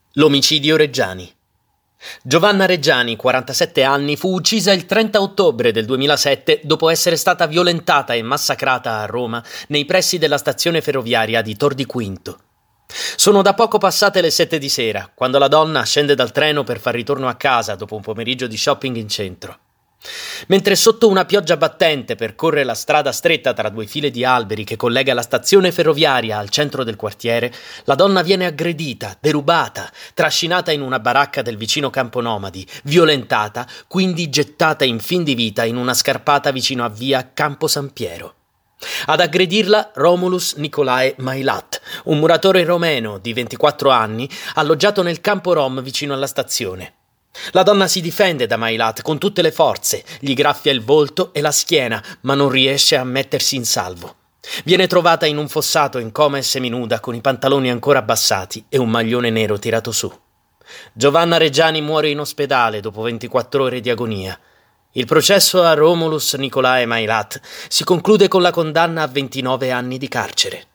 L'omicidio Reggiani. Giovanna Reggiani, 47 anni, fu uccisa il 30 ottobre del 2007 dopo essere stata violentata e massacrata a Roma nei pressi della stazione ferroviaria di Tor di Quinto. Sono da poco passate le 7 di sera, quando la donna scende dal treno per far ritorno a casa dopo un pomeriggio di shopping in centro. Mentre sotto una pioggia battente percorre la strada stretta tra due file di alberi che collega la stazione ferroviaria al centro del quartiere, la donna viene aggredita, derubata, trascinata in una baracca del vicino campo nomadi, violentata, quindi gettata in fin di vita in una scarpata vicino a via Campo San Piero. Ad aggredirla Romulus Nicolae Mailat, un muratore romeno di 24 anni, alloggiato nel campo rom vicino alla stazione. La donna si difende da Mailat con tutte le forze, gli graffia il volto e la schiena, ma non riesce a mettersi in salvo. Viene trovata in un fossato in coma e seminuda con i pantaloni ancora abbassati e un maglione nero tirato su. Giovanna Reggiani muore in ospedale dopo 24 ore di agonia. Il processo a Romulus Nicolae Mailat si conclude con la condanna a 29 anni di carcere.